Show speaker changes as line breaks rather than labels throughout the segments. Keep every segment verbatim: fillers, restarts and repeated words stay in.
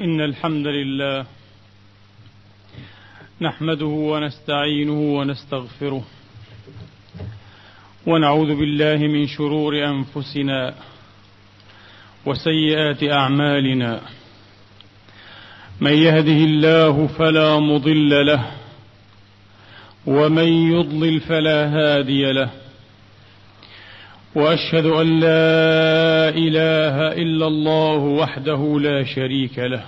إن الحمد لله نحمده ونستعينه ونستغفره ونعوذ بالله من شرور أنفسنا وسيئات أعمالنا. من يهده الله فلا مضل له ومن يضلل فلا هادي له، وأشهد أن لا إله إلا الله وحده لا شريك له،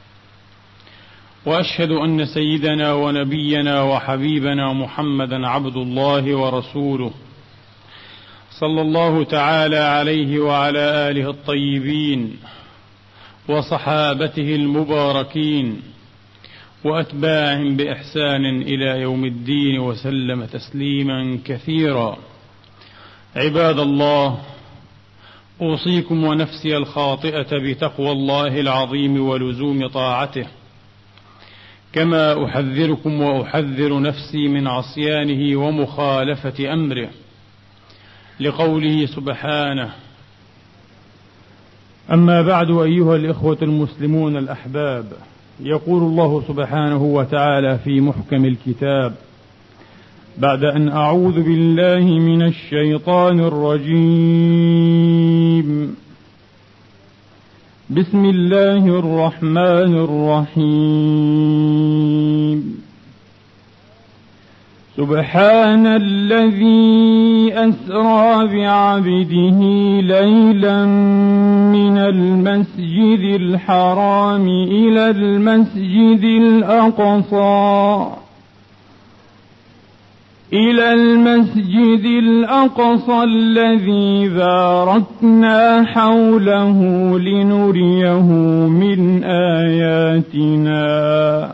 وأشهد أن سيدنا ونبينا وحبيبنا محمدا عبد الله ورسوله، صلى الله تعالى عليه وعلى آله الطيبين وصحابته المباركين وأتباعهم بإحسان إلى يوم الدين وسلم تسليما كثيرا. عباد الله، أوصيكم ونفسي الخاطئة بتقوى الله العظيم ولزوم طاعته، كما أحذركم وأحذر نفسي من عصيانه ومخالفة أمره، لقوله سبحانه: أما بعد أيها الإخوة المسلمون الأحباب، يقول الله سبحانه وتعالى في محكم الكتاب بعد أن أعوذ بالله من الشيطان الرجيم: بسم الله الرحمن الرحيم. سبحان الذي أسرى بعبده ليلا من المسجد الحرام إلى المسجد الأقصى إلى المسجد الأقصى الذي باركنا حوله لنريه من آياتنا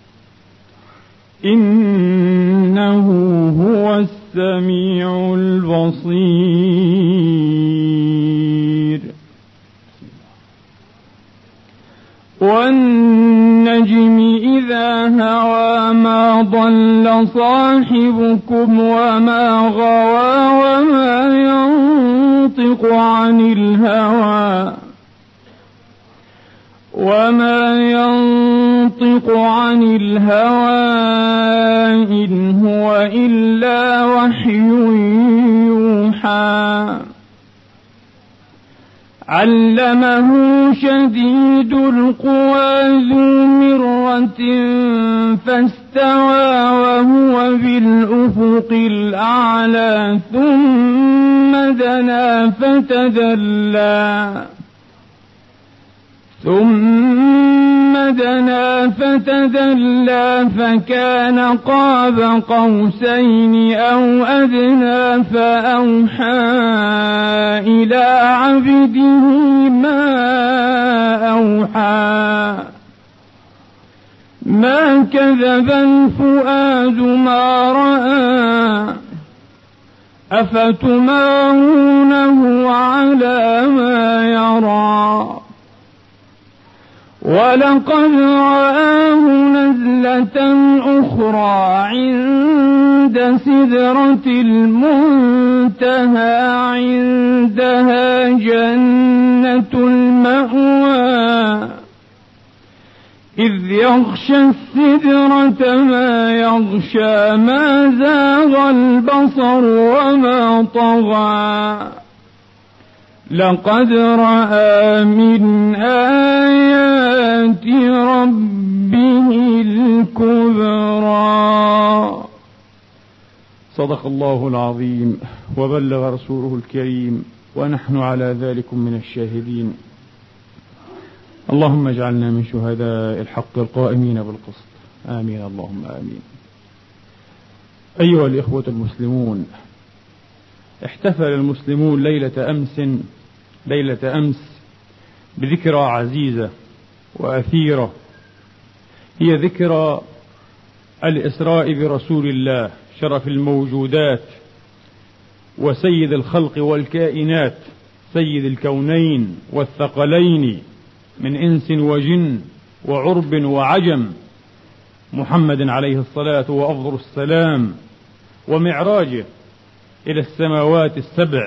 إنه هو السميع البصير. والنجم إذا هوى ما ضل صاحبكم وما غوى وما ينطق عن الهوى وما ينطق عن الهوى إن هو إلا وحي يوحى. علمه شديد القوى ذو مرة فاستوى وهو بالأفق الأعلى ثم دنا فتدلى ثم دنا فتدلى فكان قاب قوسين أو أدنى فأوحى إلى عبده ما أوحى. ما كذب الفؤاد ما رأى أفتمارونه على ما يرى. ولقد رآه نزلة أخرى عند سدرة المنتهى عندها جنة المأوى إذ يغشى السدرة ما يغشى ما زاغ البصر وما طغى. لقد رأى من آيات ربه الكبرى. صدق الله العظيم وبلغ رسوله الكريم ونحن على ذلك من الشاهدين. اللهم اجعلنا من شهداء الحق القائمين بالقسط، آمين اللهم آمين. أيها الإخوة المسلمون، احتفل المسلمون ليلة أمس ليلة أمس بذكرى عزيزة وأثيرة، هي ذكرى الإسراء برسول الله شرف الموجودات وسيد الخلق والكائنات، سيد الكونين والثقلين من إنس وجن وعرب وعجم، محمد عليه الصلاة وأفضل السلام، ومعراجه إلى السماوات السبع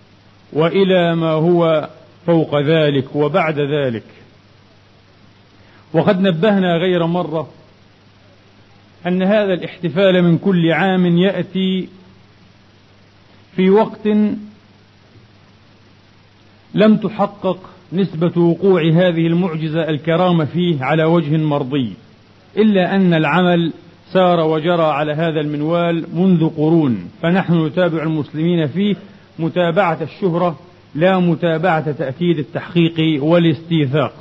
وإلى ما هو فوق ذلك وبعد ذلك. وقد نبهنا غير مرة أن هذا الاحتفال من كل عام يأتي في وقت لم تحقق نسبة وقوع هذه المعجزة الكرامة فيه على وجه مرضي، إلا أن العمل سار وجرى على هذا المنوال منذ قرون، فنحن نتابع المسلمين فيه متابعة الشهرة لا متابعة تأكيد التحقيق والاستيثاق.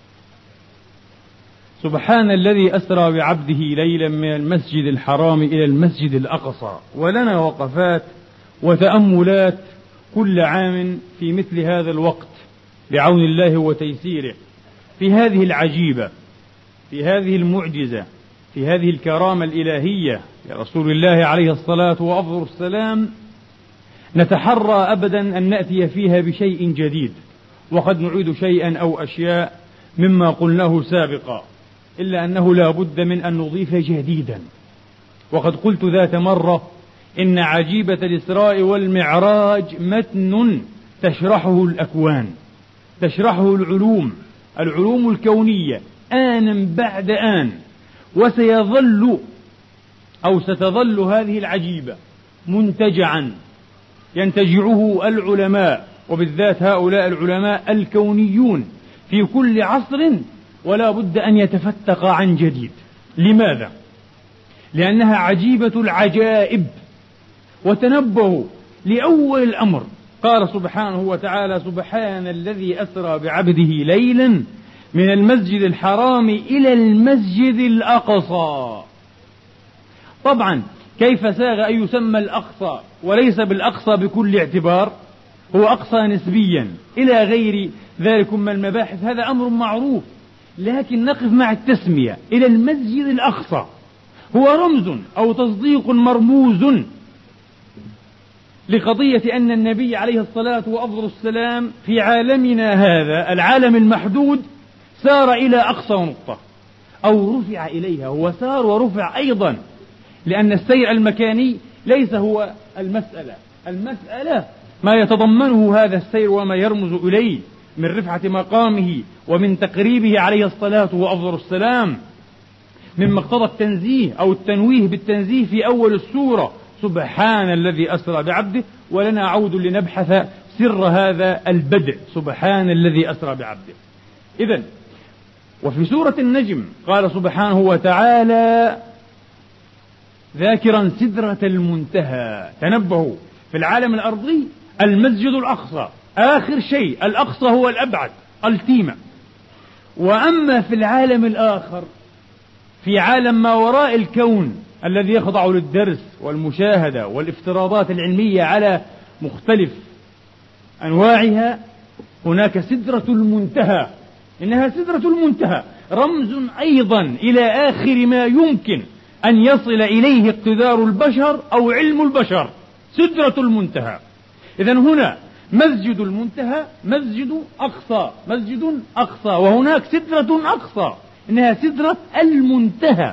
سبحان الذي أسرى بعبده ليلا من المسجد الحرام إلى المسجد الأقصى. ولنا وقفات وتأملات كل عام في مثل هذا الوقت بعون الله وتيسيره، في هذه العجيبة، في هذه المعجزة، في هذه الكرامة الإلهية لرسول الله عليه الصلاة وأفضل السلام. نتحرى أبدا أن نأتي فيها بشيء جديد، وقد نعيد شيئا أو أشياء مما قلناه سابقا، إلا أنه لا بد من أن نضيف جديدا. وقد قلت ذات مرة إن عجيبة الإسراء والمعراج متن تشرحه الأكوان، تشرحه العلوم، العلوم الكونية آنا بعد آن، وسيظل أو ستظل هذه العجيبة منتجعا ينتجعه العلماء، وبالذات هؤلاء العلماء الكونيون في كل عصر، ولا بد أن يتفتق عن جديد. لماذا؟ لأنها عجيبة العجائب. وتنبهوا لأول الأمر، قال سبحانه وتعالى: سبحان الذي أسرى بعبده ليلا من المسجد الحرام إلى المسجد الأقصى. طبعا كيف ساغ أن يسمى الأقصى وليس بالأقصى بكل اعتبار؟ هو أقصى نسبيا إلى غير ذلك من المباحث، هذا أمر معروف، لكن نقف مع التسمية إلى المسجد الأقصى. هو رمز أو تصديق مرموز لقضية أن النبي عليه الصلاة وأفضل السلام في عالمنا هذا العالم المحدود سار إلى أقصى نقطة أو رفع إليها. هو سار ورفع أيضا، لأن السير المكاني ليس هو المسألة، المسألة ما يتضمنه هذا السير وما يرمز إليه من رفعة مقامه ومن تقريبه عليه الصلاة وأفضل السلام، من مقتضى التنزيه أو التنويه بالتنزيه في أول السورة: سبحان الذي أسرى بعبده. ولنا عود لنبحث سر هذا البدء، سبحان الذي أسرى بعبده. إذن وفي سورة النجم قال سبحانه وتعالى ذاكرا سدرة المنتهى. تنبهوا، في العالم الأرضي المسجد الأقصى آخر شيء، الأقصى هو الأبعد، التيمة. وأما في العالم الآخر، في عالم ما وراء الكون الذي يخضع للدرس والمشاهدة والافتراضات العلمية على مختلف أنواعها، هناك سدرة المنتهى. إنها سدرة المنتهى رمز أيضا إلى آخر ما يمكن أن يصل إليه اقتدار البشر أو علم البشر، سدرة المنتهى. إذن هنا مسجد المنتهى، مسجد أقصى، مسجد أقصى، وهناك سدرة أقصى، إنها سدرة المنتهى.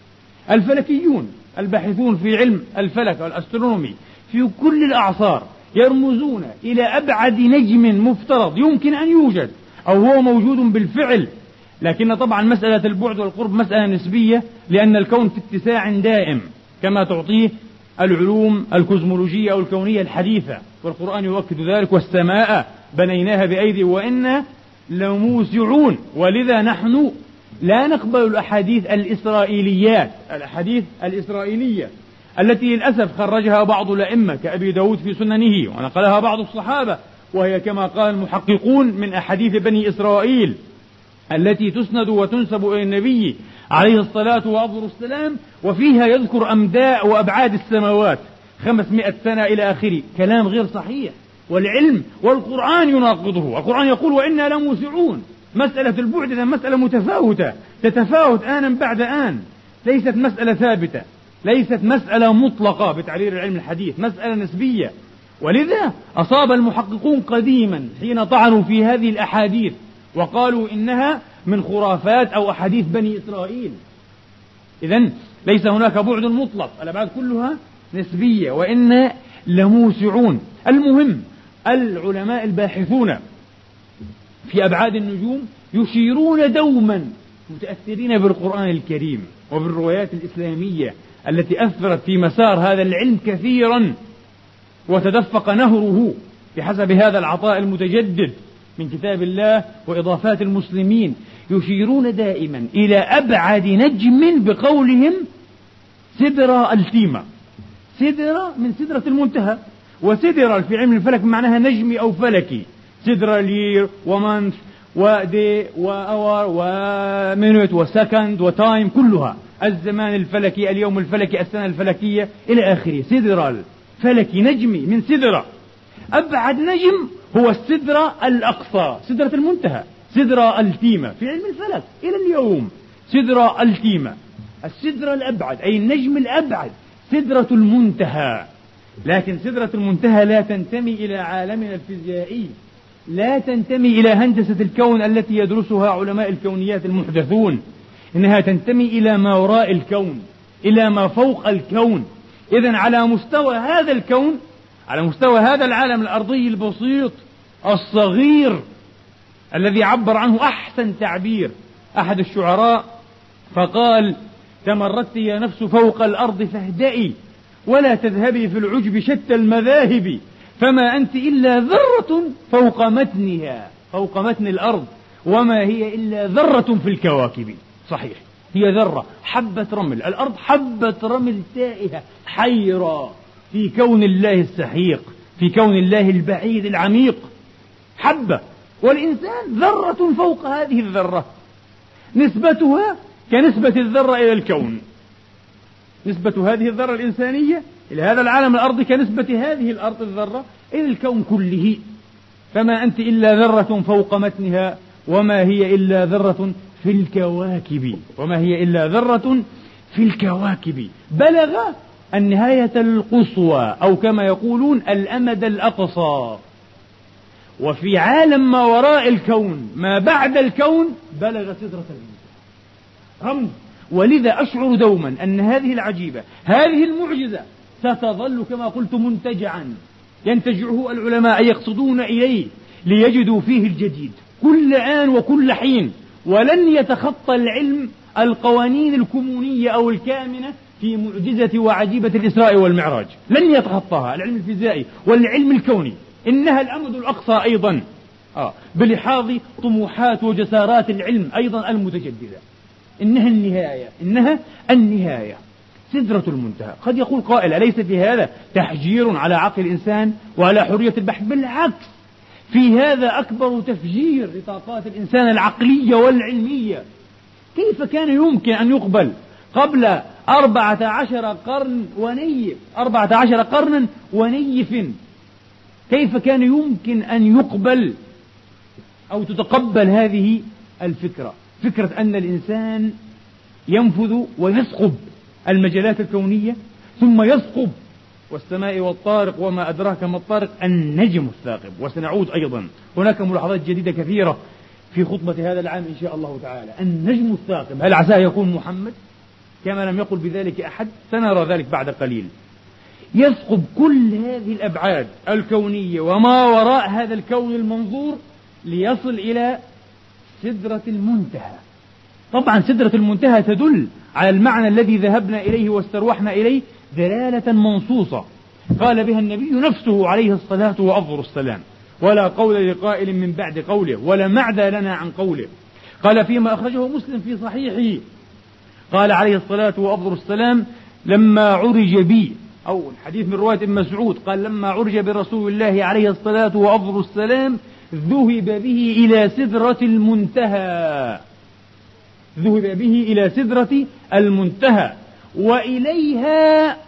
الفلكيون الباحثون في علم الفلك والأسترونومي في كل الأعصار يرمزون إلى أبعد نجم مفترض يمكن أن يوجد أو هو موجود بالفعل، لكن طبعا مسألة البعد والقرب مسألة نسبية، لأن الكون في اتساع دائم كما تعطيه العلوم الكوزمولوجية أو الكونية الحديثة، والقرآن يؤكد ذلك: والسماء بنيناها بأيدي وإنا لموسعون. ولذا نحن لا نقبل الأحاديث الإسرائيليات، الأحاديث الإسرائيلية التي للأسف خرجها بعض الأئمة كأبي داود في سننه ونقلها بعض الصحابة، وهي كما قال المحققون من أحاديث بني إسرائيل التي تسند وتنسب إلى النبي عليه الصلاة وأفضل السلام، وفيها يذكر أمداء وأبعاد السماوات خمسمائة سنة إلى آخره. كلام غير صحيح، والعلم والقرآن يناقضه. القرآن يقول: وإنا لموسعون. مسألة البعد إذا مسألة متفاوتة تتفاوت آنا بعد آن، ليست مسألة ثابتة، ليست مسألة مطلقة بتعبير العلم الحديث، مسألة نسبية. ولذا أصاب المحققون قديما حين طعنوا في هذه الأحاديث وقالوا إنها من خرافات أو أحاديث بني إسرائيل. إذن ليس هناك بعد مطلق، الأبعاد كلها نسبية، وإنا لموسعون. المهم، العلماء الباحثون في أبعاد النجوم يشيرون دوما متأثرين بالقرآن الكريم وبالروايات الإسلامية التي أثرت في مسار هذا العلم كثيرا وتدفق نهره بحسب هذا العطاء المتجدد من كتاب الله وإضافات المسلمين، يشيرون دائما إلى أبعد نجم بقولهم سدرة التيمة. سدرة من سدرة المنتهى، وسدرة في علم الفلك معناها نجمي أو فلكي. سدرة لير ومانث ودي وأور ومينوت وسكند وتايم، كلها الزمان الفلكي، اليوم الفلكي، السنة الفلكية إلى آخره. سدرة الفلكي نجمي من سدرة. أبعد نجم هو السدرة الأقصى، سدرة المنتهى، سدرة التيمة في علم الفلك إلى اليوم. سدرة التيمة، السدرة الأبعد أي النجم الأبعد، سدرة المنتهى. لكن سدرة المنتهى لا تنتمي إلى عالمنا الفيزيائي، لا تنتمي إلى هندسة الكون التي يدرسها علماء الكونيات المحدثون، إنها تنتمي إلى ما وراء الكون، إلى ما فوق الكون. إذن على مستوى هذا الكون، على مستوى هذا العالم الأرضي البسيط الصغير الذي عبر عنه أحسن تعبير أحد الشعراء فقال: تمردت يا نفس فوق الأرض فاهدئي ولا تذهبي في العجب شتى المذاهب، فما أنت إلا ذرة فوق متنها، فوق متن الأرض، وما هي إلا ذرة في الكواكب. صحيح، هي ذرة، حبة رمل، الأرض حبة رمل تائهة حيرة في كون الله السحيق، في كون الله البعيد العميق، حبة. والإنسان ذرة فوق هذه الذرة، نسبتها كنسبة الذرة إلى الكون. نسبة هذه الذرة الإنسانية إلى هذا العالم الأرضي كنسبة هذه الأرض الذرة إلى الكون كله. فما أنت إلا ذرة فوق متنها، وما هي إلا ذرة في الكواكب، وما هي إلا ذرة في الكواكب. بلغ النهاية القصوى، أو كما يقولون الأمد الأقصى. وفي عالم ما وراء الكون، ما بعد الكون، بلغ سدرة المنتهى، رمز. ولذا أشعر دوما أن هذه العجيبة، هذه المعجزة ستظل كما قلت منتجعا، ينتجعه العلماء يقصدون إليه ليجدوا فيه الجديد كل آن وكل حين. ولن يتخطى العلم القوانين الكمونية أو الكامنة في معجزة وعجيبة الإسراء والمعراج، لن يتخطاها العلم الفيزيائي والعلم الكوني. إنها الأمد الأقصى أيضا، آه بلحاظ طموحات وجسارات العلم أيضا المتجددة. إنها النهاية، إنها النهاية، سدرة المنتهى. قد يقول قائل: أليس في هذا تحجير على عقل الإنسان وعلى حرية البحث؟ بالعكس، في هذا أكبر تفجير لطاقات الإنسان العقلية والعلمية. كيف كان يمكن أن يقبل قبل أربعة عشر قرن ونيف، أربعة عشر قرنا ونيف، كيف كان يمكن أن يقبل أو تتقبل هذه الفكرة، فكرة أن الإنسان ينفذ ويثقب المجالات الكونية ثم يثقب والسماء والطارق وما أدراك ما الطارق، النجم الثاقب. وسنعود أيضا، هناك ملاحظات جديدة كثيرة في خطبة هذا العام إن شاء الله تعالى. النجم الثاقب، هل عساه يكون محمد كما لم يقل بذلك أحد؟ سنرى ذلك بعد قليل. يثقب كل هذه الأبعاد الكونية وما وراء هذا الكون المنظور ليصل إلى سدرة المنتهى. طبعا سدرة المنتهى تدل على المعنى الذي ذهبنا إليه واستروحنا إليه دلالة منصوصة قال بها النبي نفسه عليه الصلاة وأفضل السلام، ولا قول لقائل من بعد قوله، ولا معدى لنا عن قوله. قال فيما أخرجه مسلم في صحيحه، قال عليه الصلاة وأفضل السلام: لما عرج بي، أو الحديث من رواية ابن مسعود قال: لما عرج برسول الله عليه الصلاة وأفضل السلام ذهب به إلى سدرة المنتهى، ذهب به إلى سدرة المنتهى، وإليها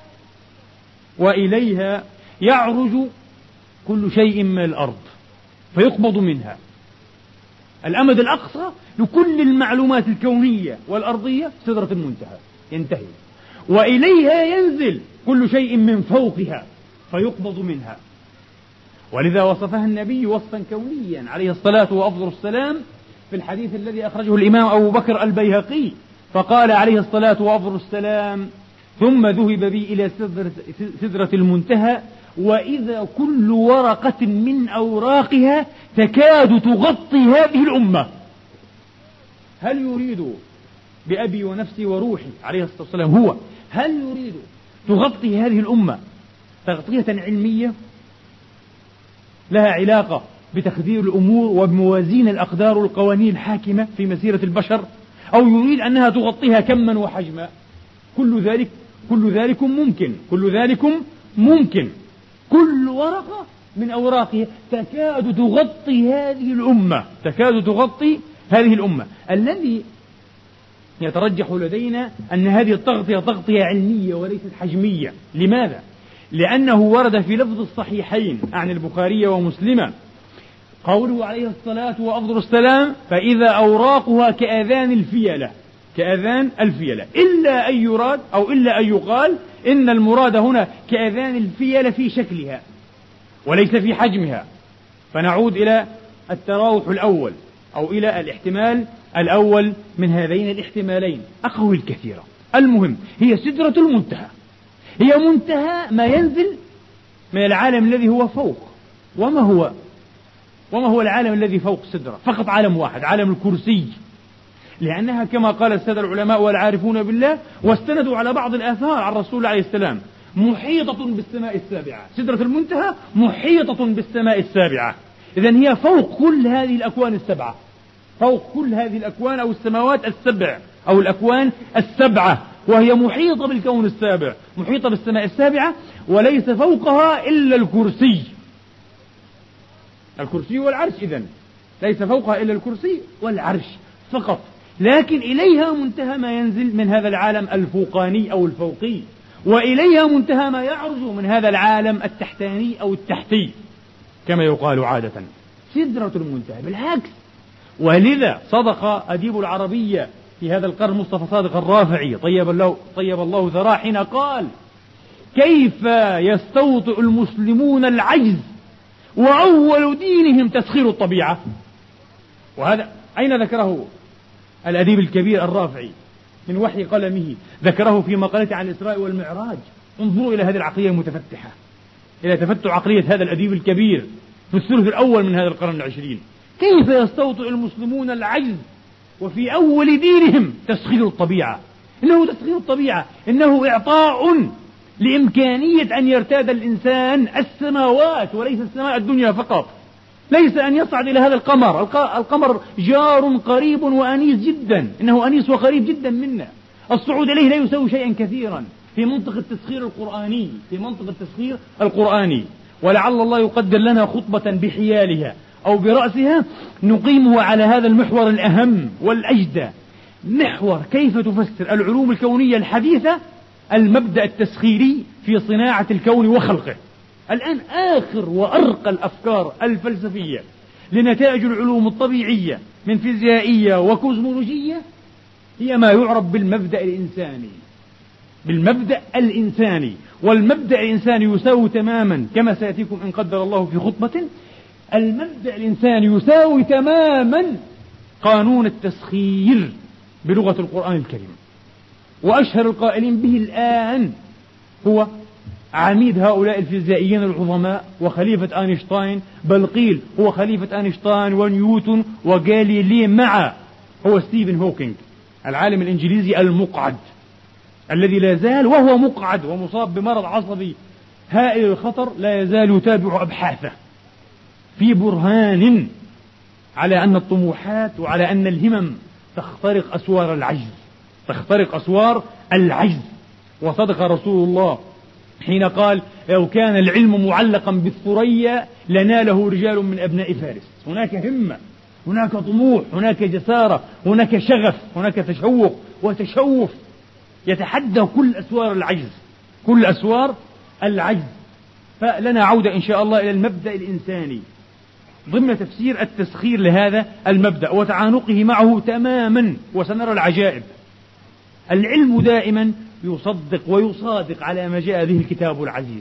وإليها يعرج كل شيء من الأرض فيقبض منها. الأمد الأقصى لكل المعلومات الكونية والأرضية سدرة المنتهى ينتهي، وإليها ينزل كل شيء من فوقها فيقبض منها. ولذا وصفها النبي وصفا كونيا عليه الصلاة وأفضل السلام في الحديث الذي أخرجه الإمام أبو بكر البيهقي، فقال عليه الصلاة وأفضل السلام: ثم ذهب بي إلى سدرة, سدرة المنتهى وإذا كل ورقة من أوراقها تكاد تغطي هذه الأمة. هل يريد بأبي ونفسي وروحي عليه الصلاة والسلام هو هل يريد تغطي هذه الأمة تغطية علمية لها علاقة بتقدير الأمور وبموازين الأقدار والقوانين الحاكمة في مسيرة البشر، أو يريد أنها تغطيها كما وحجما؟ كل ذلك كل ذلك ممكن كل ذلك ممكن كل ورقة من أوراقها تكاد تغطي هذه الأمة تكاد تغطي هذه الأمة. الذي يترجح لدينا أن هذه التغطية تغطية علمية وليست حجمية. لماذا؟ لأنه ورد في لفظ الصحيحين عن البخاري ومسلم قوله عليه الصلاة وأفضل السلام: فإذا أوراقها كأذان الفيلة كأذان الفيلة، إلا أن يراد أو إلا أن يقال إن المراد هنا كأذان الفيلة في شكلها وليس في حجمها. فنعود إلى التراوح الأول أو إلى الاحتمال الأول من هذين الاحتمالين أقوى الكثيرة. المهم هي سدرة المنتهى، هي منتهى ما ينزل من العالم الذي هو فوق. وما هو وما هو العالم الذي فوق السدرة؟ فقط عالم واحد، عالم الكرسي، لأنها كما قال السادة العلماء والعارفون بالله واستندوا على بعض الآثار عن الرسول عليه السلام: محيطة بالسماء السابعة. سدرة المنتهى محيطة بالسماء السابعة، إذن هي فوق كل هذه الأكوان السبعة، فوق كل هذه الأكوان أو السماوات السبع أو الأكوان السبعة، وهي محيطة بالكون السابع، محيطة بالسماء السابعة، وليس فوقها إلا الكرسي. الكرسي والعرش، إذن ليس فوقها إلا الكرسي والعرش فقط، لكن إليها منتهى ما ينزل من هذا العالم الفوقاني أو الفوقي، وإليها منتهى ما يعرج من هذا العالم التحتاني أو التحتي كما يقال عادة. سدرة المنتهى بالعكس. ولذا صدق أديب العربية في هذا القرن مصطفى صادق الرافعي طيب الله, طيب الله ثراه حين قال: كيف يستوطئ المسلمون العجز وأول دينهم تسخير الطبيعة. وهذا أين ذكره الأديب الكبير الرافعي؟ من وحي قلمه، ذكره في مقالته عن الإسراء والمعراج. انظروا إلى هذه العقلية المتفتحة، إلى تفتح عقلية هذا الأديب الكبير في الثلث الأول من هذا القرن العشرين. كيف يستوطئ المسلمون العجز وفي أول دينهم تسخير الطبيعة. إنه تسخير الطبيعة، إنه إعطاء لإمكانية أن يرتاد الإنسان السماوات وليس السماء الدنيا فقط. ليس أن يصعد إلى هذا القمر، القمر جار قريب وأنيس جدا، إنه أنيس وقريب جدا منا. الصعود إليه لا يسوي شيئا كثيرا في منطق التسخير القرآني، في منطق التسخير القرآني. ولعل الله يقدر لنا خطبة بحيالها أو برأسها نقيمه على هذا المحور الأهم والأجدى، محور كيف تفسر العلوم الكونية الحديثة المبدأ التسخيري في صناعة الكون وخلقه. الآن آخر وأرقى الأفكار الفلسفية لنتائج العلوم الطبيعية من فيزيائية وكوزمولوجية هي ما يعرف بالمبدأ الإنساني. بالمبدأ الإنساني، والمبدأ الإنساني يساوي تماما كما سيأتيكم إن قدر الله في خطبة، المبدأ الإنساني يساوي تماما قانون التسخير بلغة القرآن الكريم. وأشهر القائلين به الآن هو عميد هؤلاء الفيزيائيين العظماء وخليفة أينشتاين، بل قيل هو خليفة أينشتاين ونيوتن وغاليلي معا، هو ستيفن هوكينج العالم الإنجليزي المقعد الذي لا زال وهو مقعد ومصاب بمرض عصبي هائل الخطر لا يزال يتابع أبحاثه في برهان على أن الطموحات وعلى أن الهمم تخترق أسوار العجز، تخترق أسوار العجز. وصدق رسول الله حين قال: لو كان العلم معلقا بالثريا لناله رجال من أبناء فارس. هناك همة، هناك طموح، هناك جسارة، هناك شغف، هناك تشوق وتشوف يتحدى كل أسوار العجز، كل أسوار العجز. فلنا عودة إن شاء الله إلى المبدأ الإنساني ضمن تفسير التسخير لهذا المبدأ وتعانقه معه تماما، وسنرى العجائب. العلم دائما يصدق ويصادق على ما جاء به الكتاب العزيز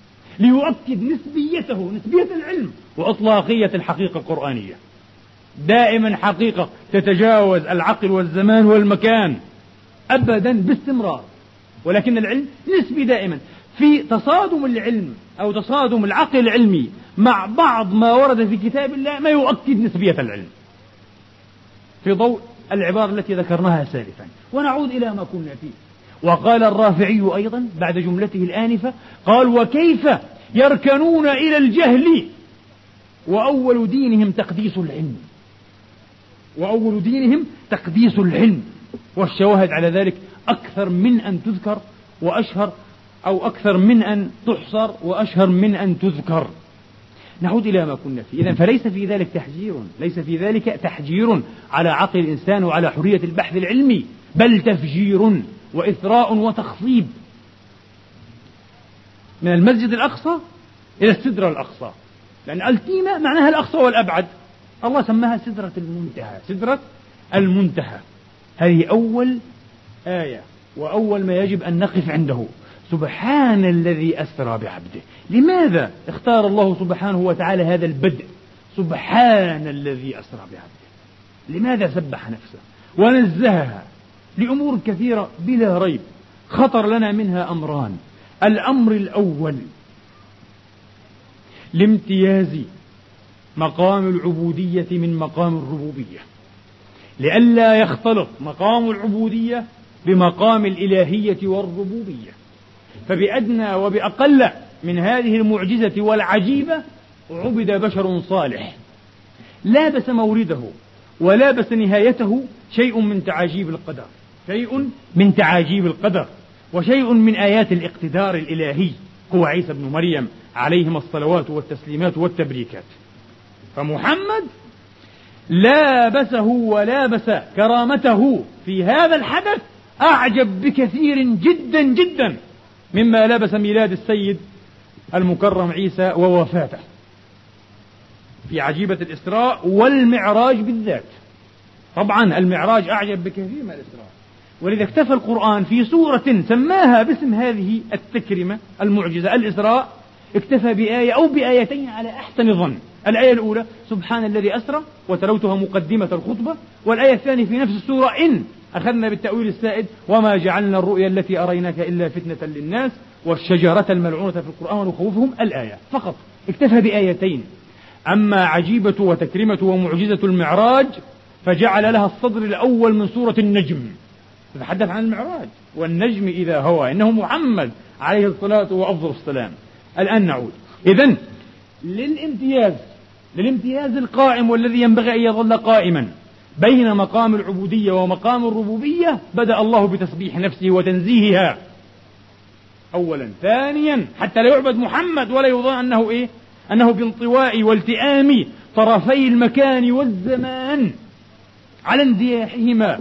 ليؤكد نسبيته، نسبية العلم وإطلاقية الحقيقة القرآنية. دائما حقيقة تتجاوز العقل والزمان والمكان أبدا باستمرار، ولكن العلم نسبي دائما. في تصادم العلم أو تصادم العقل العلمي مع بعض ما ورد في كتاب الله ما يؤكد نسبية العلم. في ضوء
العبارة التي ذكرناها سالفا ونعود إلى ما كنا فيه. وقال الرافعي أيضا بعد جملته الآنفة قال: وكيف يركنون إلى الجهل وأول دينهم تقديس العلم، وأول دينهم تقديس العلم. والشواهد على ذلك أكثر من أن تذكر وأشهر، أو أكثر من أن تحصر وأشهر من أن تذكر. نعود إلى ما كنا فيه. إذن فليس في ذلك تحجير، ليس في ذلك تحجير على عقل الإنسان وعلى حرية البحث العلمي، بل تفجير وإثراء وتخصيب. من المسجد الأقصى إلى السدرة الأقصى، لأن التيمة معناها الأقصى والأبعد، الله سماها سدرة المنتهى، سدرة المنتهى. هذه أول آية وأول ما يجب أن نقف عنده. سبحان الذي أسرى بعبده. لماذا اختار الله سبحانه وتعالى هذا البدء؟ سبحان الذي أسرى بعبده. لماذا سبح نفسه ونزهها؟ لأمور كثيرة بلا ريب خطر لنا منها أمران. الأمر الأول لامتياز مقام العبودية من مقام الربوبية، لئلا يختلط مقام العبودية بمقام الإلهية والربوبية. فبأدنى وبأقل من هذه المعجزة والعجيبة عبد بشر صالح لابس مورده ولابس نهايته شيء من تعاجيب القدر، شيء من تعاجيب القدر وشيء من آيات الاقتدار الإلهي، هو عيسى بن مريم عليهما الصلوات والتسليمات والتبريكات. فمحمد لابسه ولابس كرامته في هذا الحدث أعجب بكثير جدا جدا مما لبس ميلاد السيد المكرم عيسى ووفاته في عجيبة الإسراء والمعراج بالذات. طبعا المعراج أعجب بكثير من الإسراء، ولذا اكتفى القرآن في سورة سماها باسم هذه التكرمة المعجزة الإسراء، اكتفى بآية أو بآيتين على أحسن ظن. الآية الأولى سبحان الذي أسرى وتلوتها مقدمة الخطبة، والآية الثانية في نفس السورة إن أخذنا بالتأويل السائد وما جعلنا الرؤيا التي أريناك إلا فتنة للناس والشجرة الملعونة في القرآن ونخوفهم، الآية فقط، اكتفى بآيتين. أما عجيبة وتكرمة ومعجزة المعراج فجعل لها الصدر الأول من سورة النجم، تتحدث عن المعراج والنجم إذا هوى، إنه محمد عليه الصلاة وأفضل السلام. الآن نعود إذن للامتياز للامتياز القائم والذي ينبغي أن يظل قائما بين مقام العبودية ومقام الربوبية. بدأ الله بتسبيح نفسه وتنزيهها أولا. ثانيا حتى لا يعبد محمد ولا يظن أنه إيه؟ أنه بانطواء والتئام طرفي المكان والزمان على انزياحهما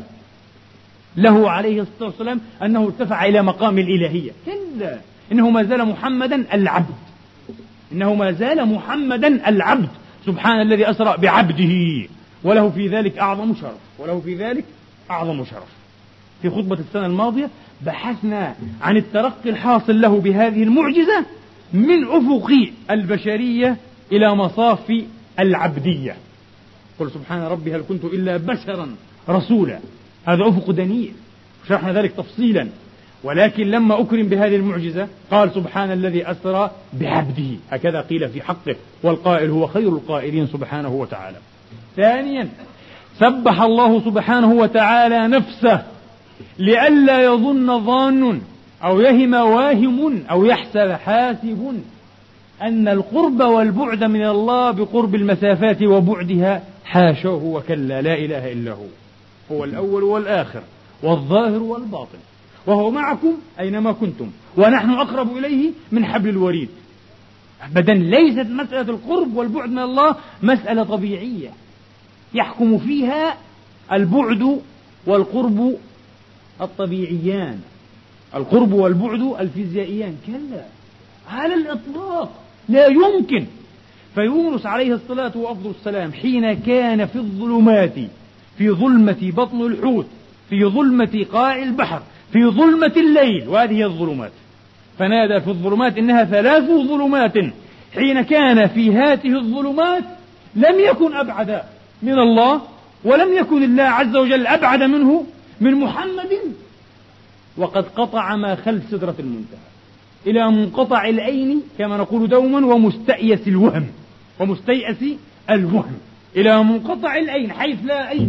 له عليه الصلاة والسلام أنه ارتفع إلى مقام الإلهية. كلا، إنه ما زال محمدا العبد، إنه ما زال محمدا العبد. سبحان الذي أسرى بعبده، وله في ذلك أعظم شرف، وله في ذلك أعظم شرف. في خطبة السنة الماضية بحثنا عن الترقي الحاصل له بهذه المعجزة من أفق البشرية إلى مصاف العبدية. قل سبحان ربي هل كنت إلا بشرا رسولا، هذا أفق دنيء، شرحنا ذلك تفصيلا. ولكن لما أكرم بهذه المعجزة قال سبحان الذي أسرى بعبده، هكذا قيل في حقه، والقائل هو خير القائلين سبحانه وتعالى. ثانيا سبح الله سبحانه وتعالى نفسه لئلا يظن ظان أو يهم واهم أو يحسب حاسب أن القرب والبعد من الله بقرب المسافات وبعدها، حاشوه وكلا، لا إله إلا هو، هو الأول والآخر والظاهر والباطن، وهو معكم أينما كنتم ونحن أقرب إليه من حبل الوريد. أبدا، ليست مسألة القرب والبعد من الله مسألة طبيعية يحكم فيها البعد والقرب الطبيعيان، القرب والبعد الفيزيائيان، كلا على الإطلاق لا يمكن. فيونس عليه الصلاة وأفضل السلام حين كان في الظلمات، في ظلمة بطن الحوت، في ظلمة قاع البحر، في ظلمة الليل، وهذه الظلمات، فنادى في الظلمات إنها ثلاث ظلمات. حين كان في هذه الظلمات لم يكن أبعد من الله، ولم يكن الله عز وجل أبعد منه من محمد، وقد قطع ما خلف سدرة المنتهى إلى منقطع العين كما نقول دوما، ومستأيس الوهم ومستيأس الوهم، إلى منقطع العين حيث لا عين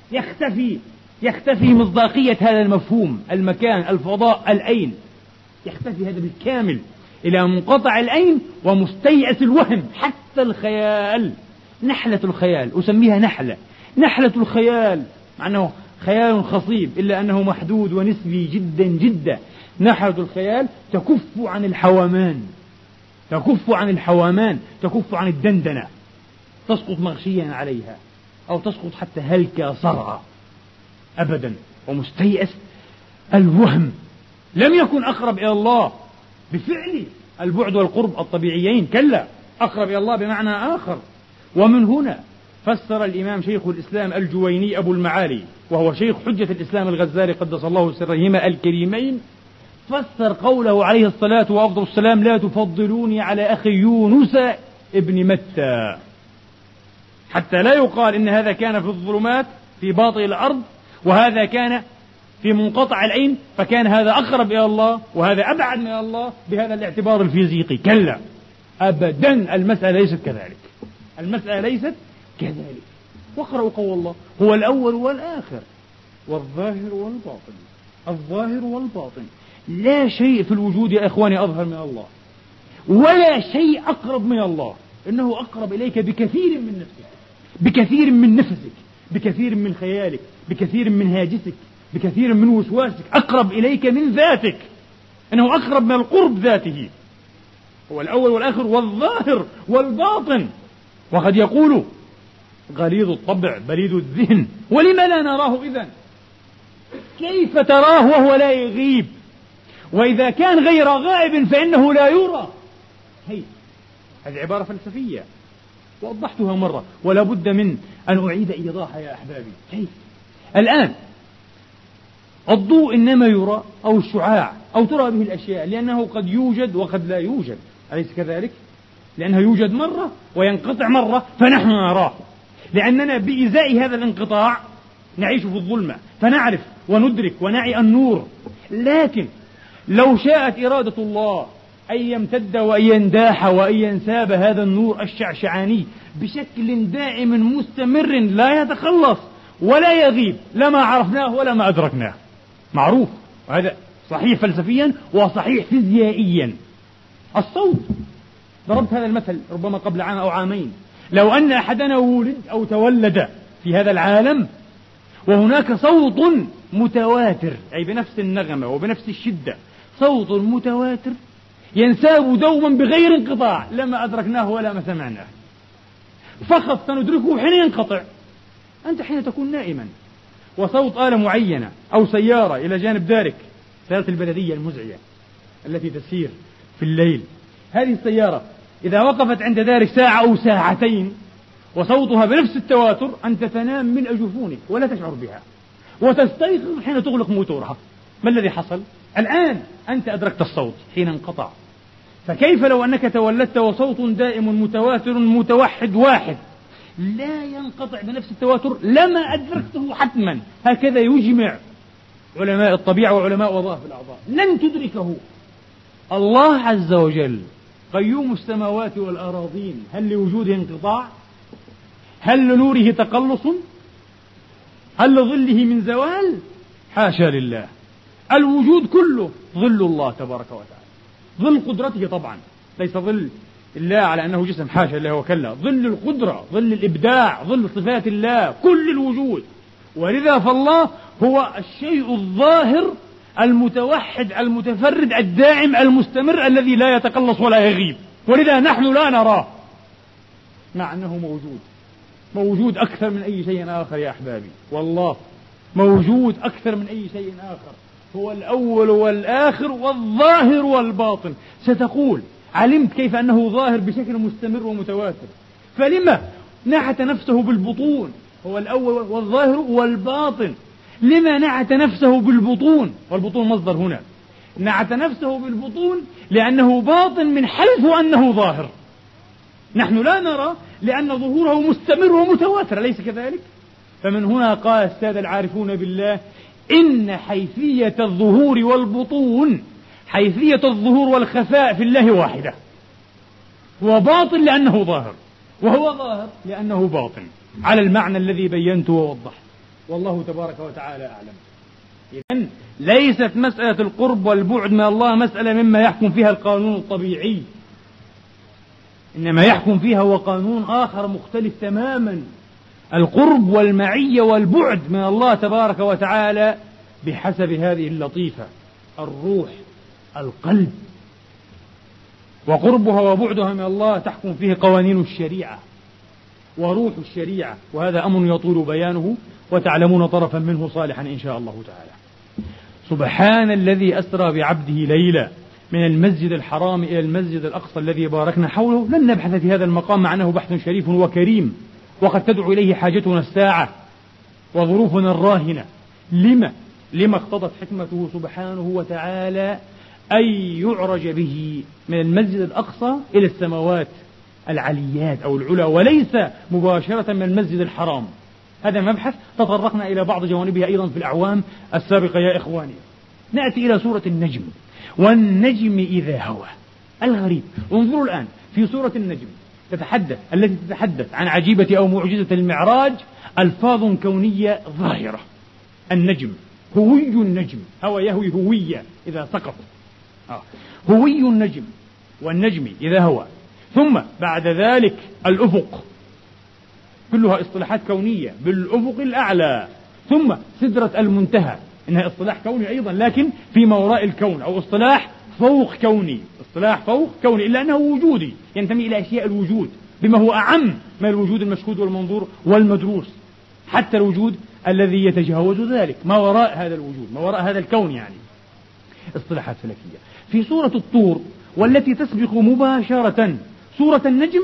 يختفي يختفي مصداقية هذا المفهوم، المكان، الفضاء، الأين، يختفي هذا بالكامل إلى منقطع الأين ومستيأس الوهم. حتى الخيال، نحلة الخيال، أسميها نحلة نحلة الخيال، مع أنه خيال خصيب إلا أنه محدود ونسبي جدا جدا. نحلة الخيال تكف عن الحوامان، تكف عن الحوامان تكف عن الدندنة، تسقط مغشيا عليها أو تسقط حتى هلكة صرعى أبدا. ومستيأس الوهم لم يكن أقرب إلى الله بفعل البعد والقرب الطبيعيين، كلا، أقرب إلى الله بمعنى آخر. ومن هنا فسر الإمام شيخ الإسلام الجويني أبو المعالي، وهو شيخ حجة الإسلام الغزالي قدس الله سرهما الكريمين، فسر قوله عليه الصلاة وأفضل السلام: لا تفضلوني على أخي يونس ابن متى، حتى لا يقال إن هذا كان في الظلمات في باطن الأرض وهذا كان في منقطع العين، فكان هذا أقرب إلى الله وهذا أبعد من الله بهذا الاعتبار الفيزيقي. كلا أبدا، المسألة ليست كذلك، المسألة ليست كذلك. واقرأوا قول الله: هو الأول والآخر والظاهر والباطن. الظاهر والباطن، لا شيء في الوجود يا إخواني أظهر من الله، ولا شيء أقرب من الله. إنه أقرب إليك بكثير من نفسك، بكثير من نفسك، بكثير من خيالك، بكثير من هاجسك، بكثير من وسواسك، أقرب إليك من ذاتك. إنه أقرب من القرب ذاته. هو الأول والآخر والظاهر والباطن. وقد يقول غليظ الطبع بليد الذهن: ولم لا نراه إذن؟ كيف تراه وهو لا يغيب؟ وإذا كان غير غائب فإنه لا يرى. هي هذه عبارة فلسفية ووضحتها مرة ولا بد من أن أعيد إيضاحها يا أحبابي. كيف؟ الآن الضوء إنما يرى، أو الشعاع، أو ترى به الأشياء، لأنه قد يوجد وقد لا يوجد، أليس كذلك؟ لأنه يوجد مرة وينقطع مرة فنحن نراه، لأننا بإزاء هذا الانقطاع نعيش في الظلمة فنعرف وندرك ونعي النور. لكن لو شاءت إرادة الله أن يمتد وأن ينداح وأن ينساب هذا النور الشعشعاني بشكل دائم مستمر لا يتخلص ولا يغيب لما عرفناه ولا ما أدركناه. معروف، وهذا صحيح فلسفيا وصحيح فيزيائيا. الصوت، ضربت هذا المثل ربما قبل عام أو عامين. لو أن أحدنا ولد أو تولد في هذا العالم وهناك صوت متواتر، أي بنفس النغمة وبنفس الشدة، صوت متواتر ينساب دوما بغير انقطاع، لما أدركناه ولا ما سمعناه، فقط سندركه حين ينقطع. أنت حين تكون نائما وصوت آلة معينة أو سيارة إلى جانب دارك، سيارة البلدية المزعجة التي تسير في الليل، هذه السيارة إذا وقفت عند دارك ساعة أو ساعتين وصوتها بنفس التواتر، أنت تنام من جفونك ولا تشعر بها، وتستيقظ حين تغلق موتورها. ما الذي حصل؟ الآن أنت أدركت الصوت حين انقطع. فكيف لو أنك تولدت وصوت دائم متواتر متوحد واحد لا ينقطع بنفس التواتر، لما أدركته حتما. هكذا يجمع علماء الطبيعة وعلماء وظائف الأعضاء، لن تدركه. الله عز وجل قيوم السماوات والأراضين، هل لوجوده انقطاع؟ هل لنوره تقلص؟ هل لظله من زوال؟ حاشا لله. الوجود كله ظل الله تبارك وتعالى، ظل قدرته طبعا، ليس ظل الله على أنه جسم، حاشا الله وكلا، ظل القدرة، ظل الإبداع، ظل صفات الله، كل الوجود. ولذا فالله هو الشيء الظاهر المتوحد المتفرد الدائم المستمر الذي لا يتقلص ولا يغيب. ولذا نحن لا نراه مع أنه موجود، موجود أكثر من أي شيء آخر يا أحبابي، والله موجود أكثر من أي شيء آخر. هو الأول والآخر والظاهر والباطن. ستقول علمت كيف أنه ظاهر بشكل مستمر ومتواتر، فلما نعت نفسه بالبطون؟ هو الأول والظاهر والباطن. لما نعت نفسه بالبطون؟ والبطون مصدر هنا. نعت نفسه بالبطون لأنه باطن من حيث أنه ظاهر. نحن لا نرى لأن ظهوره مستمر ومتواتر، أليس كذلك؟ فمن هنا قال السادة العارفون بالله: إن حيثية الظهور والبطون، حيثية الظهور والخفاء في الله واحدة. هو باطن لأنه ظاهر، وهو ظاهر لأنه باطن، على المعنى الذي بينته ووضحت. والله تبارك وتعالى أعلم. إذن ليست مسألة القرب والبعد من الله مسألة مما يحكم فيها القانون الطبيعي، إنما يحكم فيها هو قانون آخر مختلف تماما، القرب والمعية والبعد من الله تبارك وتعالى بحسب هذه اللطيفة، الروح، القلب. وقربها وبعدها من الله تحكم فيه قوانين الشريعة وروح الشريعة، وهذا أمر يطول بيانه وتعلمون طرفا منه صالحا إن شاء الله تعالى. سبحان الذي أسرى بعبده ليلا من المسجد الحرام إلى المسجد الأقصى الذي باركنا حوله. لن نبحث في هذا المقام مع أنه بحث شريف وكريم، وقد تدعو إليه حاجتنا الساعة وظروفنا الراهنة. لما لما اقتضت حكمته سبحانه وتعالى أن يعرج به من المسجد الأقصى إلى السماوات العليات أو العلا، وليس مباشرة من المسجد الحرام. هذا مبحث تطرقنا إلى بعض جوانبها أيضا في الأعوام السابقة يا إخواني. نأتي إلى سورة النجم. والنجم إذا هوى. الغريب، انظروا الآن في سورة النجم تتحدث التي تتحدث عن عجيبة أو معجزة المعراج ألفاظ كونية ظاهرة. النجم، هوي النجم، هوى يهوي هوية إذا سقط، آه. هوي النجم والنجم إذا هوى، ثم بعد ذلك الأفق، كلها اصطلاحات كونية، بالأفق الأعلى، ثم سدرة المنتهى، إنها اصطلاح كوني أيضا لكن فيما وراء الكون، أو اصطلاح فوق كوني، اصطلاح فوق كوني إلا أنه وجودي، ينتمي إلى أشياء الوجود بما هو أعم من الوجود المشهود والمنظور والمدروس، حتى الوجود الذي يتجاوز ذلك، ما وراء هذا الوجود، ما وراء هذا الكون يعني. اصطلاحات فلكية. في سورة الطور والتي تسبق مباشرة سورة النجم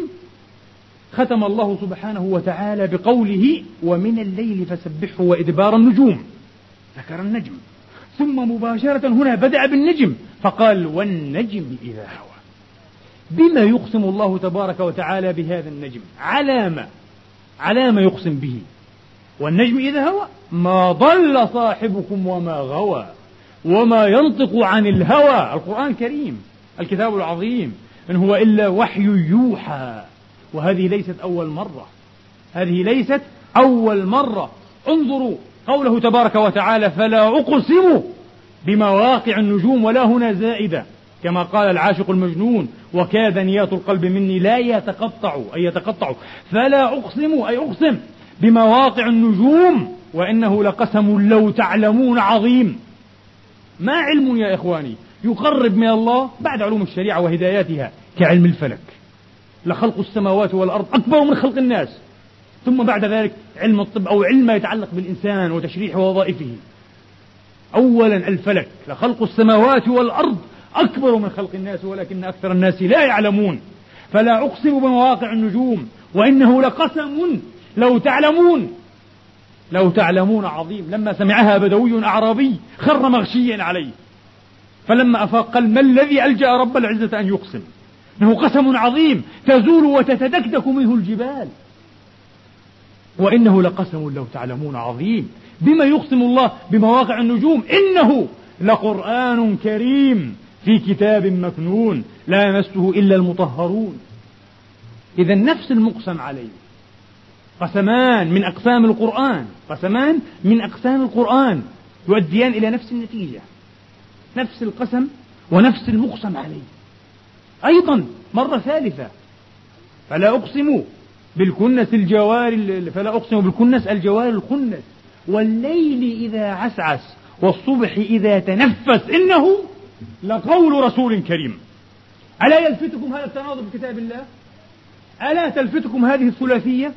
ختم الله سبحانه وتعالى بقوله ومن الليل فسبحه وإدبار النجوم، ذكر النجم، ثم مباشرة هنا بدأ بالنجم فقال والنجم إذا هوى. بما يقسم الله تبارك وتعالى بهذا النجم؟ على ما على ما يقسم به؟ والنجم إذا هوى ما ضل صاحبكم وما غوى وما ينطق عن الهوى. القرآن الكريم الكتاب العظيم إن هو إلا وحي يوحى، وهذه ليست أول مرة، هذه ليست أول مرة. انظروا قوله تبارك وتعالى فلا أقسم بمواقع النجوم، ولا هنا زائدة كما قال العاشق المجنون وكاد نيات القلب مني لا يتقطع أي يتقطع. فلا أقسم أي أقسم بمواقع النجوم وإنه لقسم لو تعلمون عظيم. ما علم يا إخواني يقرب من الله بعد علوم الشريعة وهداياتها كعلم الفلك، لخلق السماوات والأرض أكبر من خلق الناس، ثم بعد ذلك علم الطب أو علم ما يتعلق بالإنسان وتشريح وظائفه. أولا الفلك، لخلق السماوات والأرض أكبر من خلق الناس ولكن أكثر الناس لا يعلمون. فلا أقسم بمواقع النجوم وإنه لقسم لو تعلمون لو تعلمون عظيم. لما سمعها بدوي أعرابي خر مغشيا عليه، فلما أفاق قال ما الذي ألجأ رب العزة أن يقسم؟ إنه قسم عظيم تزول وتتدكدك منه الجبال، وإنه لقسم لو تعلمون عظيم. بما يقسم الله بمواقع النجوم؟ إنه لقرآن كريم في كتاب مكنون لا يمسه إلا المطهرون. إذا نفس المقسم عليه قسمان من أقسام القرآن، قسمان من أقسام القرآن يؤديان إلى نفس النتيجة، نفس القسم ونفس المقسم عليه. أيضا مرة ثالثة فلا أقسم بالكنس الجوار فلا أقسم بالكنس الجوار الخنس والليل إذا عسعس والصبح إذا تنفس إنه لقول رسول كريم. ألا يلفتكم هذا التناظر في كتاب الله؟ ألا تلفتكم هذه الثلاثية؟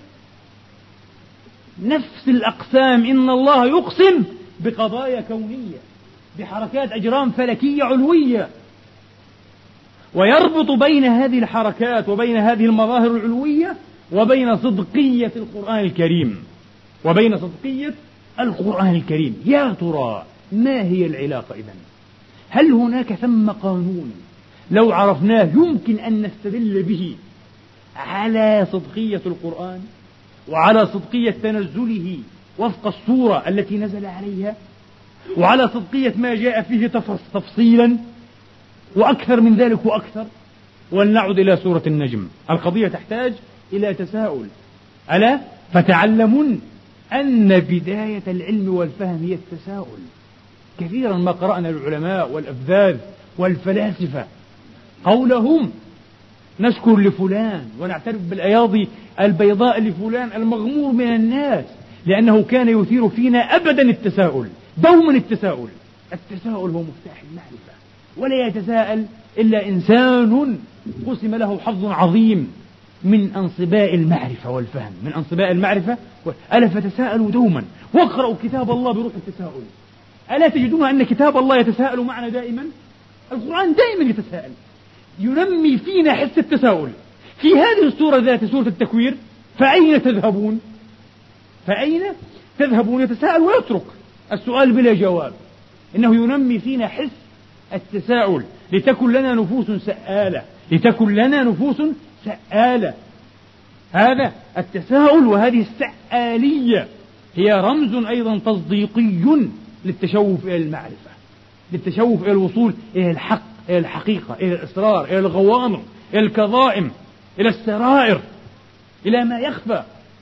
نفس الأقسام، إن الله يقسم بقضايا كونية بحركات أجرام فلكية علوية، ويربط بين هذه الحركات وبين هذه المظاهر العلوية وبين صدقية القرآن الكريم وبين صدقية القرآن الكريم. يا ترى ما هي العلاقة إذن؟ هل هناك ثم قانون لو عرفناه يمكن أن نستدل به على صدقية القرآن وعلى صدقية تنزله وفق الصورة التي نزل عليها وعلى صدقية ما جاء فيه تفصيلا وأكثر من ذلك وأكثر؟ ولنعد إلى سورة النجم. القضية تحتاج إلى تساؤل. ألا فتعلمون أن بداية العلم والفهم هي التساؤل. كثيرا ما قرأنا العلماء والأفذاذ والفلاسفة قولهم نشكر لفلان ونعترف بالأياضي البيضاء لفلان المغمور من الناس، لأنه كان يثير فينا أبدا التساؤل، دوما التساؤل. التساؤل هو مفتاح المعرفة، ولا يتساءل إلا إنسان قسم له حظ عظيم من أنصباء المعرفة والفهم، من أنصباء المعرفة. ألا فتساءلوا دوما واقرأوا كتاب الله بروح التساؤل. ألا تجدون أن كتاب الله يتساءل معنا دائما؟ القرآن دائما يتساءل، ينمي فينا حس التساؤل. في هذه السورة ذات سورة التكوير فأين تذهبون؟ فأين تذهبون؟ يتساءل ويترك السؤال بلا جواب. إنه ينمي فينا حس التساؤل لتكن لنا نفوس سآلة، لتكن لنا نفوس سآلة. هذا التساؤل وهذه السآلية هي رمز أيضا تصديقي للتشوف إلى المعرفة، للتشوف إلى الوصول إلى الحق، إلى الحقيقة، إلى الإسرار، إلى الغوامض، إلى الكظائم، إلى السرائر، إلى ما يخفى.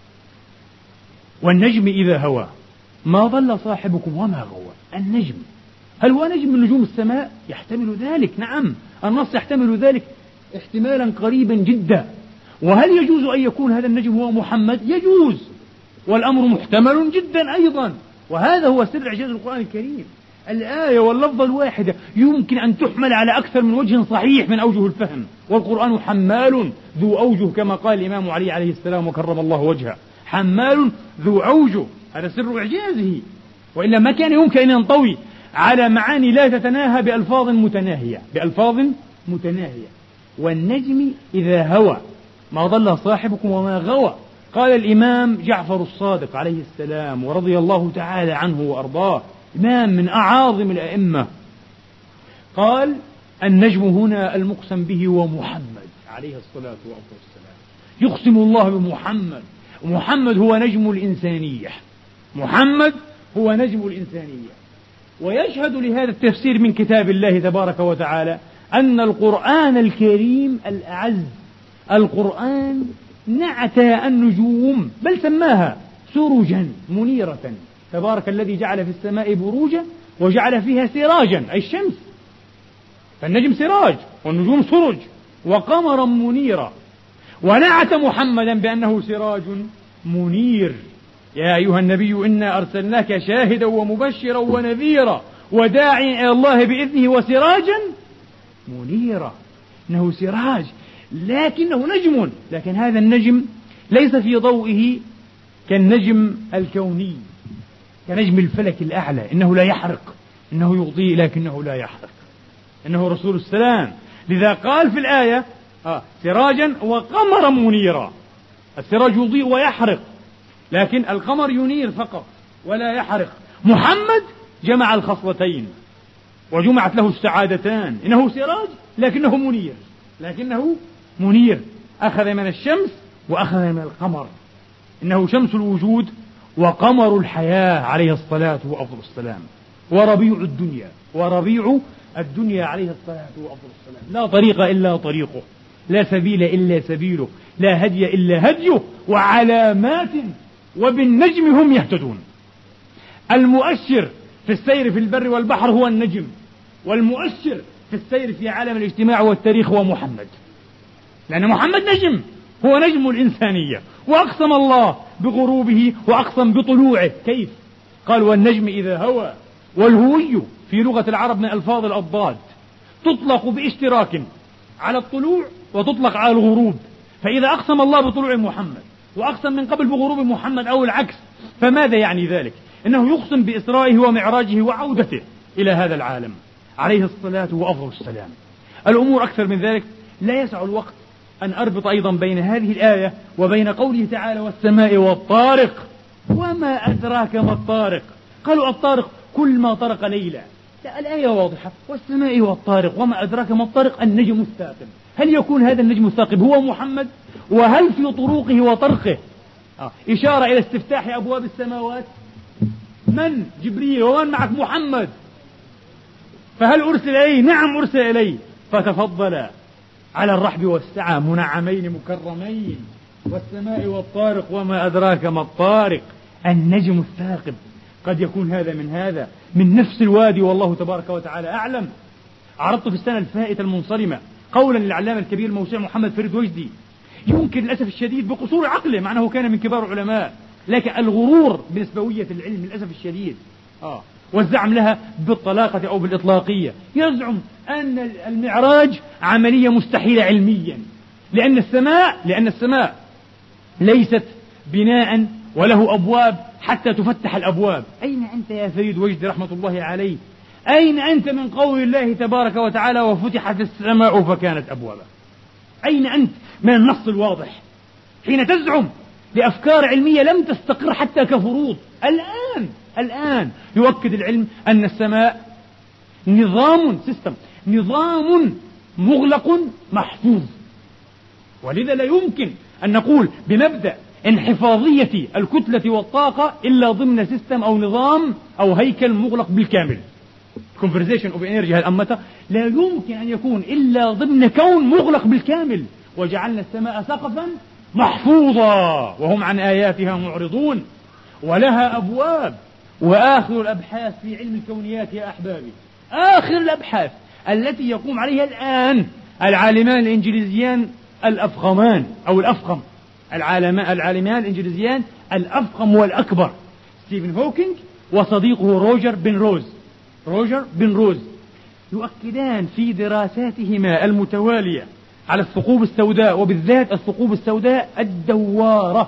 والنجم إذا هوى ما ضل صاحبكم وما غوى. النجم هل هو نجم من نجوم السماء؟ يحتمل ذلك، نعم، النص يحتمل ذلك احتمالا قريبا جدا. وهل يجوز أن يكون هذا النجم هو محمد؟ يجوز، والأمر محتمل جدا أيضا. وهذا هو سر إعجاز القرآن الكريم. الآية واللفظة الواحدة يمكن أن تحمل على أكثر من وجه صحيح من أوجه الفهم، والقرآن حمال ذو أوجه كما قال الإمام علي عليه السلام وكرم الله وجهه، حمال ذو أوجه. هذا سر إعجازه، وإلا ما كان يمكن أن ينطوي على معاني لا تتناهى بألفاظ متناهية، بألفاظ متناهية. والنجم إذا هوى ما ضل صاحبكم وما غوى. قال الإمام جعفر الصادق عليه السلام ورضي الله تعالى عنه وأرضاه، إمام من أعاظم الأئمة، قال النجم هنا المقسم به ومحمد عليه الصلاة والسلام. يقسم الله بمحمد، ومحمد هو نجم الإنسانية، محمد هو نجم الإنسانية. ويشهد لهذا التفسير من كتاب الله تبارك وتعالى أن القرآن الكريم الأعز، القرآن نعت النجوم بل سماها سروجا منيرة. تبارك الذي جعل في السماء بروجا وجعل فيها سراجا، أي الشمس، فالنجم سراج والنجوم سرج، وقمرا منيرا. ونعت محمدا بأنه سراج منير. يا أيها النبي إنا أرسلناك شاهدا ومبشرا ونذيرا وداعيا إلى الله بإذنه وسراجا منيرا. إنه سراج لكنه نجم، لكن هذا النجم ليس في ضوئه كالنجم الكوني، كنجم الفلك الأعلى، إنه لا يحرق، إنه يضيء لكنه لا يحرق، إنه رسول السلام. لذا قال في الآية آه سراجا وقمرا منيرا. السراج يضيء ويحرق، لكن القمر ينير فقط ولا يحرق. محمد جمع الخصلتين وجمعت له السعادتان، إنه سراج لكنه منير، لكنه منير، أخذ من الشمس وأخذ من القمر. إنه شمس الوجود وقمر الحياة عليه الصلاة وأفضل السلام، وربيع الدنيا، وربيع الدنيا عليه الصلاة وأفضل السلام. لا طريق إلا طريقه، لا سبيل إلا سبيله، لا هدي إلا هديه، وعلامات وبالنجم هم يهتدون. المؤشر في السير في البر والبحر هو النجم، والمؤشر في السير في عالم الاجتماع والتاريخ هو محمد، لأن محمد نجم، هو نجم الإنسانية. وأقسم الله بغروبه وأقسم بطلوعه. كيف؟ قال والنجم إذا هوى. والهوي في لغة العرب من ألفاظ الأضداد، تطلق باشتراك على الطلوع وتطلق على الغروب. فإذا أقسم الله بطلوع محمد وأقسم من قبل بغروب محمد أو العكس، فماذا يعني ذلك؟ إنه يقسم بإسرائه ومعراجه وعودته إلى هذا العالم عليه الصلاة وأفضل السلام. الأمور أكثر من ذلك لا يسع الوقت أن أربط أيضا بين هذه الآية وبين قوله تعالى والسماء والطارق. وما أدراك ما الطارق؟ قالوا الطارق كل ما طرق ليلا. لا، الآية واضحة، والسماء والطارق. وما أدراك ما الطارق؟ النجم الثاقب. هل يكون هذا النجم الثاقب هو محمد؟ وهل في طروقه وطرقه آه. إشارة إلى استفتاح أبواب السماوات؟ من؟ جبريل. ومن معك؟ محمد. فهل أرسل إليه؟ نعم أرسل إليه، فتفضل على الرحب والسعة منعمين مكرمين. والسماء والطارق وما أدراك ما الطارق. النجم الثاقب، قد يكون هذا من هذا من نفس الوادي، والله تبارك وتعالى أعلم. عرضت في السنة الفائتة المنصرمة قولا للعلامة الكبير الموسوعي محمد فريد وجدي، يمكن للأسف الشديد بقصور عقله مع أنه كان من كبار العلماء، لكن الغرور بنسبوية العلم للأسف الشديد آه والزعم لها بالطلاقة أو بالإطلاقية، يزعم أن المعراج عملية مستحيلة علميا، لأن السماء لأن السماء ليست بناء وله أبواب حتى تفتح الأبواب. أين أنت يا فريد وجدي رحمة الله عليه؟ أين أنت من قول الله تبارك وتعالى وفتحت السماء فكانت أبوابا؟ أين أنت من النص الواضح حين تزعم لأفكار علمية لم تستقر حتى كفروض؟ الآن الآن يؤكد العلم أن السماء نظام سيستم نظام مغلق محفوظ، ولذا لا يمكن أن نقول بمبدأ انحفاظية الكتلة والطاقة إلا ضمن سيستم أو نظام أو هيكل مغلق بالكامل. conversation of energy هالأمة لا يمكن أن يكون إلا ضمن كون مغلق بالكامل. وجعلنا السماء سقفا محفوظا وهم عن آياتها معرضون ولها أبواب. وآخر الأبحاث في علم الكونيات يا أحبابي، آخر الأبحاث التي يقوم عليها الآن العالمان الإنجليزيان الأفخمان أو الأفخم العالمان الإنجليزيان الأفخم والأكبر ستيفن هوكينج وصديقه روجر بن روز روجر بن روز يؤكدان في دراساتهما المتوالية على الثقوب السوداء وبالذات الثقوب السوداء الدوارة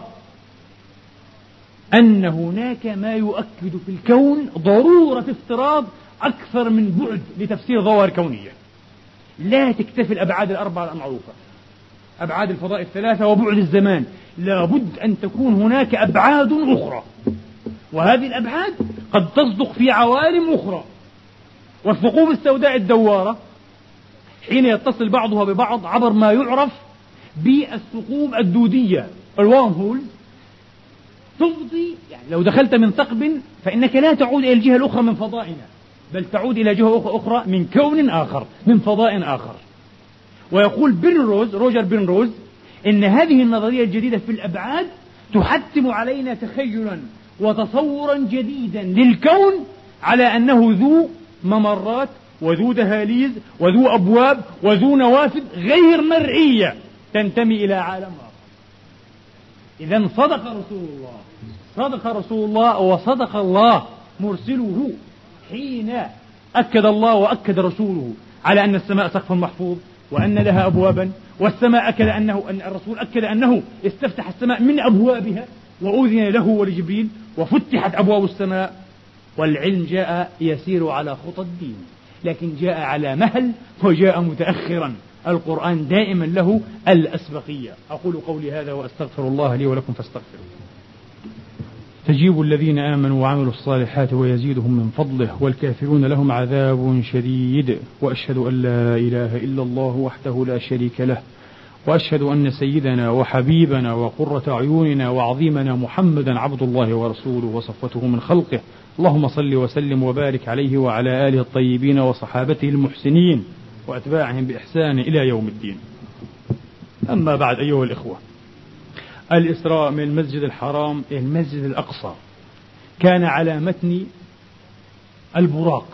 أن هناك ما يؤكد في الكون ضرورة افتراض أكثر من بعد لتفسير ظواهر كونية. لا تكتفي الأبعاد الأربعة المعروفة، أبعاد الفضاء الثلاثة وبعد الزمان، لابد أن تكون هناك أبعاد أخرى، وهذه الأبعاد قد تصدق في عوالم أخرى. والثقوب السوداء الدوارة حين يتصل بعضها ببعض عبر ما يعرف بالثقوب الدودية الوارم هول، تفضي يعني لو دخلت من ثقب فإنك لا تعود إلى الجهة الأخرى من فضائنا، بل تعود إلى جهة أخرى من كون آخر من فضاء آخر. ويقول بن روز روجر بن روز إن هذه النظرية الجديدة في الأبعاد تحتم علينا تخيلا وتصورا جديدا للكون على أنه ذو ممرات وذو دهاليز وذو أبواب وذو نوافذ غير مرئية تنتمي إلى عالم آخر. إذن صدق رسول الله صدق رسول الله وصدق الله مرسله حين أكد الله وأكد رسوله على أن السماء سقف محفوظ وأن لها أبوابا، والسماء أكد أنه أن الرسول أكد أنه استفتح السماء من أبوابها وأذن له ولجبريل وفتحت أبواب السماء. والعلم جاء يسير على خطى الدين، لكن جاء على مهل وجاء متأخرا. القرآن دائما له الأسبقية. أقول قولي هذا وأستغفر الله لي ولكم فاستغفروا.
تجيب الذين آمنوا وعملوا الصالحات ويزيدهم من فضله والكافرون لهم عذاب شديد. وأشهد أن لا إله إلا الله وحده لا شريك له، وأشهد أن سيدنا وحبيبنا وقرة عيوننا وعظيمنا محمدا عبد الله ورسوله وصفوته من خلقه. اللهم صل وسلم وبارك عليه وعلى آله الطيبين وصحابته المحسنين وأتباعهم بإحسان إلى يوم الدين. أما بعد أيها الإخوة، الإسراء من المسجد الحرام إلى المسجد الأقصى كان على متن البراق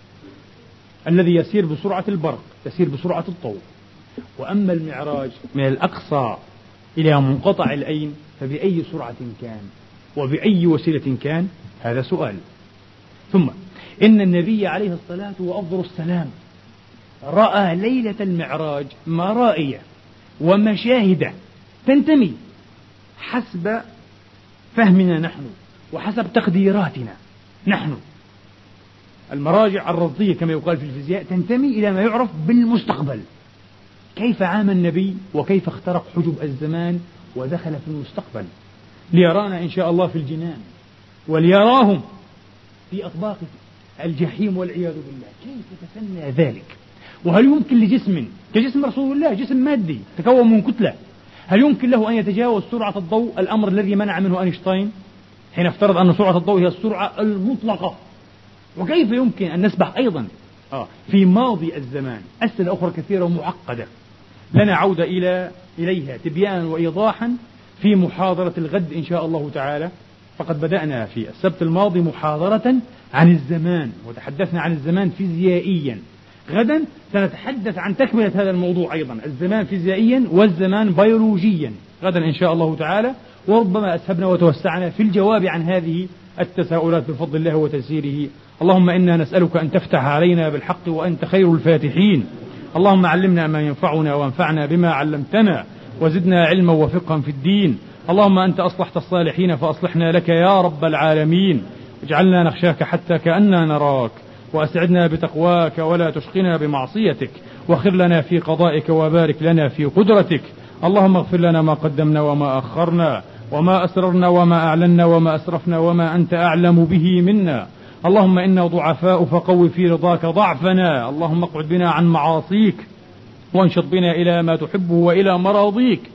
الذي يسير بسرعة البرق، يسير بسرعة الضوء. وأما المعراج من الأقصى إلى منقطع العين فبأي سرعة كان وبأي وسيلة كان؟ هذا سؤال. ثم إن النبي عليه الصلاة وأفضل السلام رأى ليلة المعراج مرائية ومشاهد تنتمي حسب فهمنا نحن وحسب تقديراتنا نحن. المراجع الرصدية كما يقال في الفيزياء تنتمي إلى ما يعرف بالمستقبل. كيف عام النبي وكيف اخترق حجب الزمان ودخل في المستقبل ليرانا إن شاء الله في الجنان وليراهم في أطباق الجحيم والعياذ بالله. كيف تسنى ذلك؟ وهل يمكن لجسم كجسم رسول الله، جسم مادي تكون من كتلة، هل يمكن له أن يتجاوز سرعة الضوء، الأمر الذي منع منه أينشتاين حين افترض أن سرعة الضوء هي السرعة المطلقة؟ وكيف يمكن أن نسبح أيضا آه في ماضي الزمان؟ أسئلة أخرى كثيرة ومعقدة لنا عودة إلى إليها تبيانا وإيضاحا في محاضرة الغد إن شاء الله تعالى
فقد بدأنا في السبت الماضي محاضرة عن الزمان، وتحدثنا عن الزمان فيزيائيا. غدا سنتحدث عن تكملة هذا الموضوع أيضا، الزمان فيزيائيا والزمان بيولوجيا، غدا إن شاء الله تعالى. وربما أسهبنا وتوسعنا في الجواب عن هذه التساؤلات بفضل الله وتيسيره. اللهم إنا نسألك أن تفتح علينا بالحق وأنت خير الفاتحين. اللهم علمنا ما ينفعنا وانفعنا بما علمتنا، وزدنا علما وفقها في الدين. اللهم أنت أصلحت الصالحين فأصلحنا لك يا رب العالمين. اجعلنا نخشاك حتى كأننا نراك، وأسعدنا بتقواك ولا تشقنا بمعصيتك، واخر لنا في قضائك وبارك لنا في قدرتك. اللهم اغفر لنا ما قدمنا وما أخرنا، وما أسررنا وما أعلنا وما أسرفنا وما أنت أعلم به منا. اللهم إنا ضعفاء فقو في رضاك ضعفنا. اللهم اقعد بنا عن معاصيك، وانشط بنا إلى ما تحبه وإلى مراضيك.